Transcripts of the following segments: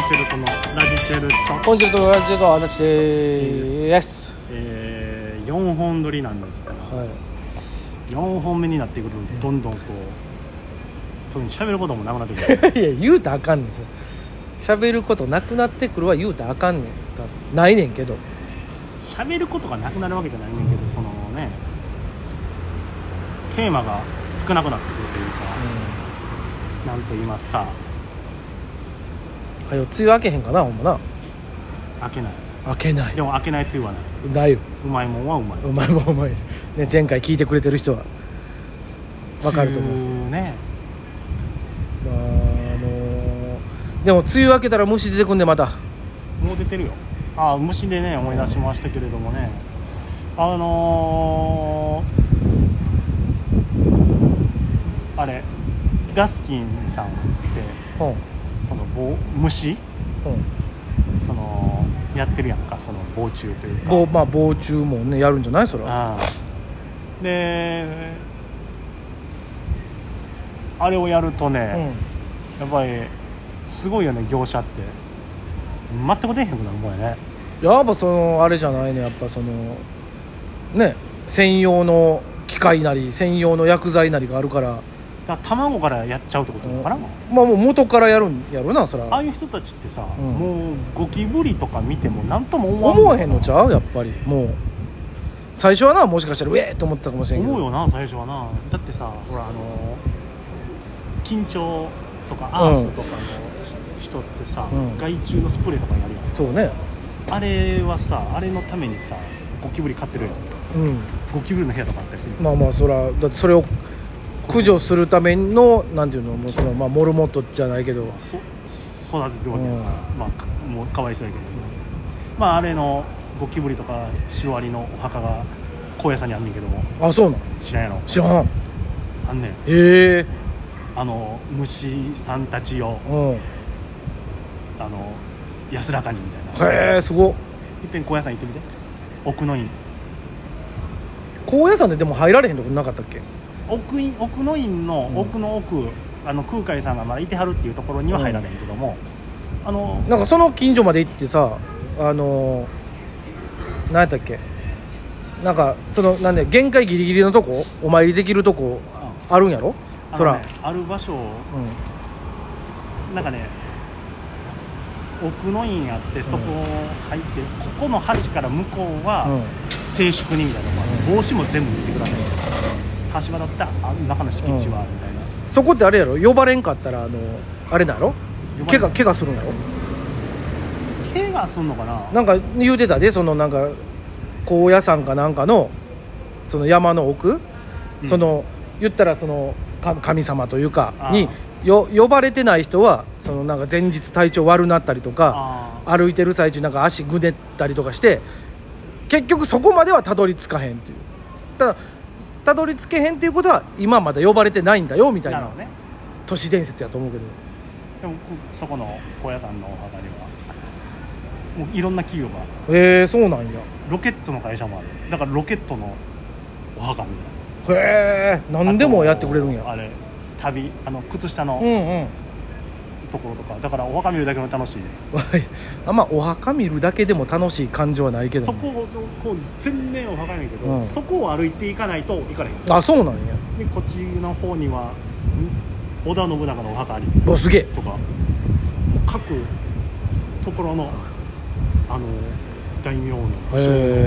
チェルトのラジチェルトコンチェルトラジチェルト足立です。 4本撮りなんですから、はい、4本目になってくるとどんどんこう特に喋ることもなくなってくるいや言うたらあかんねんですよ。喋ることなくなってくるは言うたらあかんねんないねんけど、 喋ることがなくなるわけじゃないねんけど、そのねテーマが少なくなってくるというか、なんと言いますか、 はよ梅雨明けへんかな。ほんまな開けない。 開けない。 でも開けない梅雨はない。 ないよ。 うまいもんはうまい。 うまいもんはうまいです、ね、前回聞いてくれてる人は分かると思うんですね。 でも梅雨明けたら虫出てくんでまた。 もう出てるよ。虫でね思い出しましたけれどもね、あれダスキンさんって、その虫、そのやってるやんか、その防虫というか、 防虫もねやるんじゃない、それは。 であれをやるとね、やっぱりすごいよね、業者って全く出へんくなるもんやね。 やっぱそのあれじゃないね、やっぱそのね専用の機械なり専用の薬剤なりがあるから、 卵からやっちゃうってことなのかな。 もう元からやるんやろな、それは。 ああいう人たちってさ、もうゴキブリとか見ても何とも思わへんのちゃう、やっぱり。もう最初はな、もしかしたらウェーと思ったかもしれんけど。 思うよな、最初はな。だってさ、ほら緊張とかアースとかの人ってさ、害虫のスプレーとかやるやん。 そうね。 あれはさ、あれのためにさゴキブリ飼ってるやん。ゴキブリの部屋とかあったりする。 そらだってそれを駆除するためのなんていうの、もうそのモルモットじゃないけど育ててるわけやから、もうかわいそうやけど、あれのゴキブリとかシロアリのお墓が高野山にあんねんけども。 あ、そうなん。 知らんやろ。 知らん。 あんねん。虫さんたちを安らかにみたいな。 へえ、すごっ。 いっぺん高野山行ってみて。奥の院。 高野山ででも入られへんとこなかったっけ。 奥の院の奥の奥、空海さんがまだいてはるっていうところには入られへんけども、 なんかその近所まで行ってさ、何やったっけ、なんかそのなんで限界ギリギリのとこお参りできるとこあるんやろ、そら。 ある場所、なんかね奥の院あって、そこ入って、ここの橋から向こうは静粛にみたいなのがある。帽子も全部見てくださいみたいな。橋場だったら中の敷地はみたいな、 そこってあれやろ、呼ばれんかったらあれなの、怪我するんやろ。 怪我すんのかな。 なんか言うてたで、そのなんか高野山かなんかのその山の奥、その言ったらその神様というかに呼ばれてない人は、そのなんか前日体調悪なったりとか、歩いてる最中なんか足ぐねったりとかして、結局そこまではたどり着かへんっていう。たどり着けへんっていうことは今まだ呼ばれてないんだよみたいな都市伝説やと思うけど。 でもそこの高野山のお墓にはもういろんな企業が。 そうなんや。 ロケットの会社もある。だからロケットのお墓みたいな。 何でもやってくれるんや。 あれ靴下のところとか、だからお墓見るだけも楽しい。 お墓見るだけでも楽しい感情はないけど、 そこをこう全面お墓やねんけど、そこを歩いていかないと行かれへん。 そうなんや。 でこっちの方には織田信長のお墓ありすげえとか、各ところの大名の行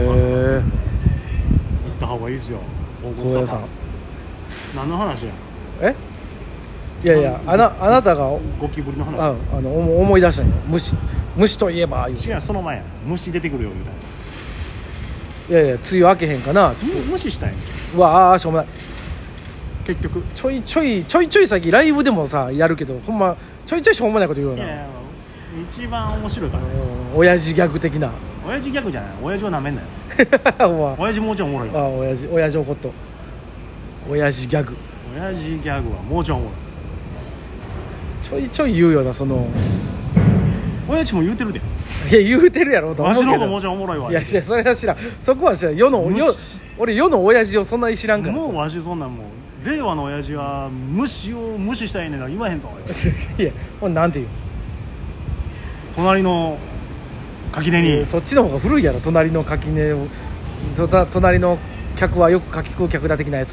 った方がいいですよ。 高野山。 何の話や。 いやあなたがゴキブリの話。 思い出したんよ。虫といえば違う、その前や。虫出てくるよみたいな。 いや梅雨明けへんかな。 無視したんやん。 しょうもない。 結局ちょいちょい先ライブでもさやるけど、ほんまちょいちょいしょうもないこと言うよな。 一番面白いから、 親父ギャグ的な。 親父ギャグじゃない。親父をなめんなよ親父もうちょいおもろいわ。 親父怒っと。親父ギャグはもうちょいおもろい。 ちょいちょい言うよな、その親父も言うてるで。 いや言うてるやろと思うけど、 わしの方がもうちょいおもろいわ。 いやそれは知らん。そこは知らん。俺世の親父をそんなに知らんから。 もうわしそんなんもう令和の親父は虫を無視したいねんな言わへんぞいやなんて言う。 隣の垣根に、 そっちの方が古いやろ。隣の垣根を隣の客はよく柿食う客だ的なやつを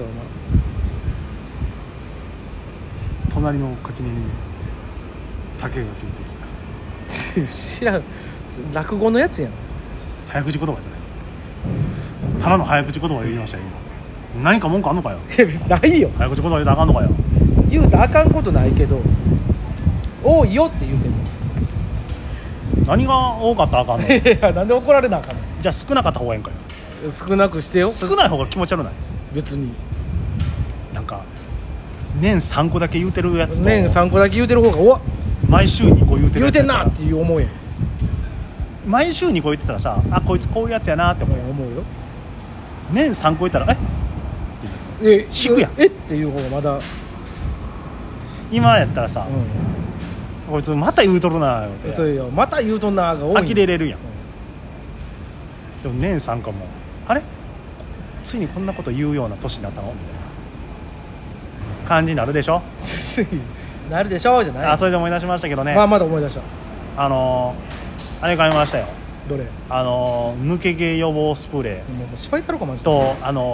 隣の垣根に竹が切れてき知らん。落語のやつやん。 た。早口言葉やったね。ただの早口言葉言いましたよ今。何か文句あんのかよ。 いや別にないよ。 早口言葉言うたらあかんのかよ。 言うたらあかんことないけど多いよって言うてんの。 何が多かったらあかんの。 いやなんで怒られなあかんの。 じゃあ少なかった方がええんかよ。 少なくしてよ。 少ない方が気持ち悪ない。 別になんか年3個だけ言うてるやつと年3個だけ言うてる方がおわ毎週2個言うてる言うやつてんなっていう思いや毎週2個言ってたらさ、あこいつこういうやつやなって思うよ。 思うよ。 年3個言ったら引くやん。 えっていう方がまだ、 今やったらさ、こいつまた言うとるなーってそうよ。また言うとんなーが多い。 呆れれるやん、でも年3個もあれついにこんなこと言うような年になったのみたいな感じになるでしょ。 なるでしょうじゃない。 あそれで思い出しましたけどね、 まだ思い出した。 あれ買いましたよ。 どれ。 抜け毛予防スプレーもう失敗だろかマジで。 と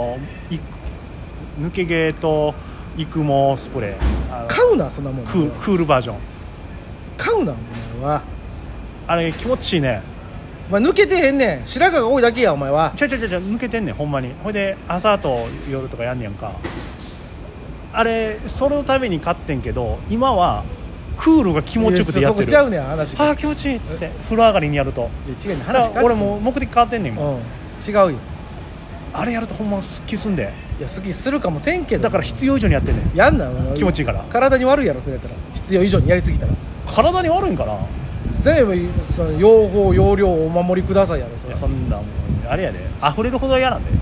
抜け毛と育毛スプレー買うなそんなもん。 クールバージョン買うなお前は。 あれ気持ちいいね。 お前抜けてへんねん。白髪が多いだけやお前は。 ちょ抜けてんねんほんまに。ほいで朝と夜とかやんねやんか。あれそのために買ってんけど今はクールが気持ちよくてやってる。 そこちゃうねん話が。 あ気持ちいいっつって風呂上がりにやると。 いや違うねん話が。 俺もう目的変わってんねん今、 違うよ。 あれやるとほんますっきりすんで。 いや好きするかもせんけどだから必要以上にやってんねん。 やんな気持ちいいから。 体に悪いやろそれやったら。必要以上にやりすぎたら体に悪いんかな。 全部その用法用量をお守りくださいやろそれ。 いやそんなもんあれやで溢れるほど嫌なんで。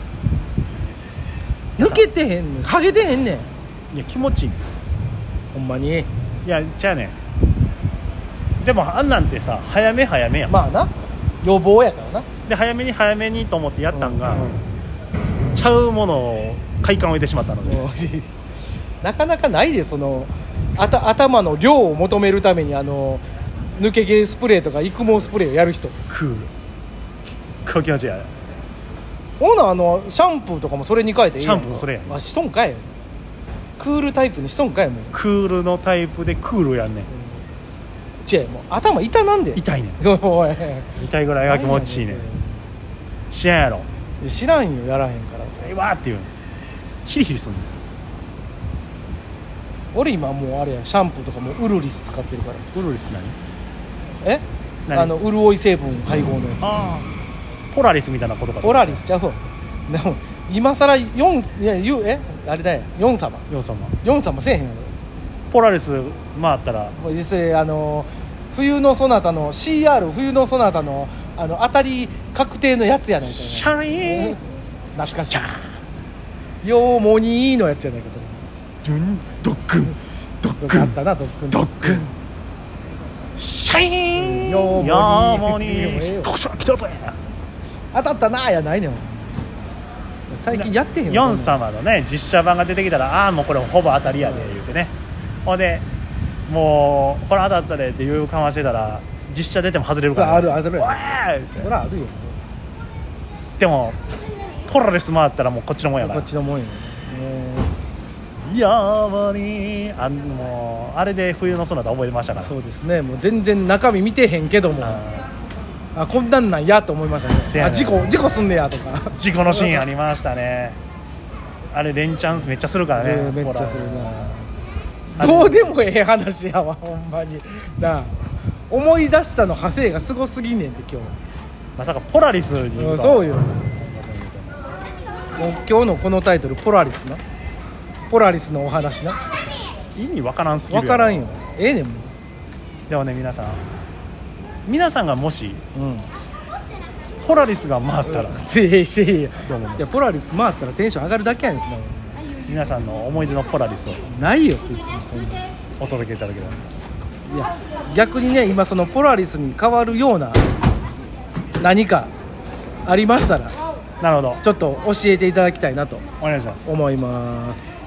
抜けてへんねん。ハゲてへんねんいや気持ちいいねんほんまに。 いやちゃうねん。でもあんなんてさ早めやん、 まあな予防やからな。 で早めにと思ってやったんが、ちゃうものを快感を得てしまったので、 なかなかないでその頭の量を求めるために抜け毛スプレーとか育毛スプレーをやる人。 クール気持ちいいや。 ほなシャンプーとかもそれに変えていいやん。 シャンプーもそれやん。 しとんかい。クールタイプにしとんかいもう。 クールのタイプでクールやんねん。 もう頭痛なんで。 痛いねん。 おい痛いぐらいが気持ちいいねん。知らんやろ。 知らんよやらへんから。 わーっていうのヒリヒリすんねん。 俺今もうあれやシャンプーとかもウルリス使ってるから。 ウルリスえ何潤い成分配合のやつ。 あポラリスみたいなことかと。 ポラリスちゃうわ。でも今さらあれだよ4様せえへんやろ。 ポラリス回ったらもう実際冬のソナタの CR 冬のソナタの当たり確定のやつやないかい。 シャリーン懐かしい。ヨーモニーのやつやないかそれ。 ドックンあったなドックンシャイーンヨーモニー特殊な来たぜ。 当たったなやないねん。最近やってへんよヨン様のね実写版が出てきたらもうこれほぼ当たりやで言うてね。ほんでもうこれ当たったでっていう緩和してたら実写出ても外れるから、 あるおーってそりゃあるよ。 でもポラリス回ったらもうこっちのもんやから。 こっちのもんや。 山にもうあれで冬のソナタ覚えてましたから。 そうですね。もう全然中身見てへんけどもこんなんなんやと思いましたね。事故すんねやとか事故のシーンありましたね。あれ連チャンめっちゃするからね。 めっちゃするな。どうでもええ話やわほんまになあ。思い出したの派生がすごすぎんねんって今日。 まさかポラリスにそうよ。もう今日のこのタイトルポラリスな。ポラリスのお話な。 意味わからんすぎる。 わからんよ。ええねんもう。 でもね皆さんがもし、ポラリスが回ったら、どう思いますか。 いやポラリス回ったらテンション上がるだけやんですね。 皆さんの思い出のポラリスをないよ別にそんなお届けいただければ。 いや逆にね今そのポラリスに変わるような何かありましたらなるほどちょっと教えていただきたいなとお願いします。 思います。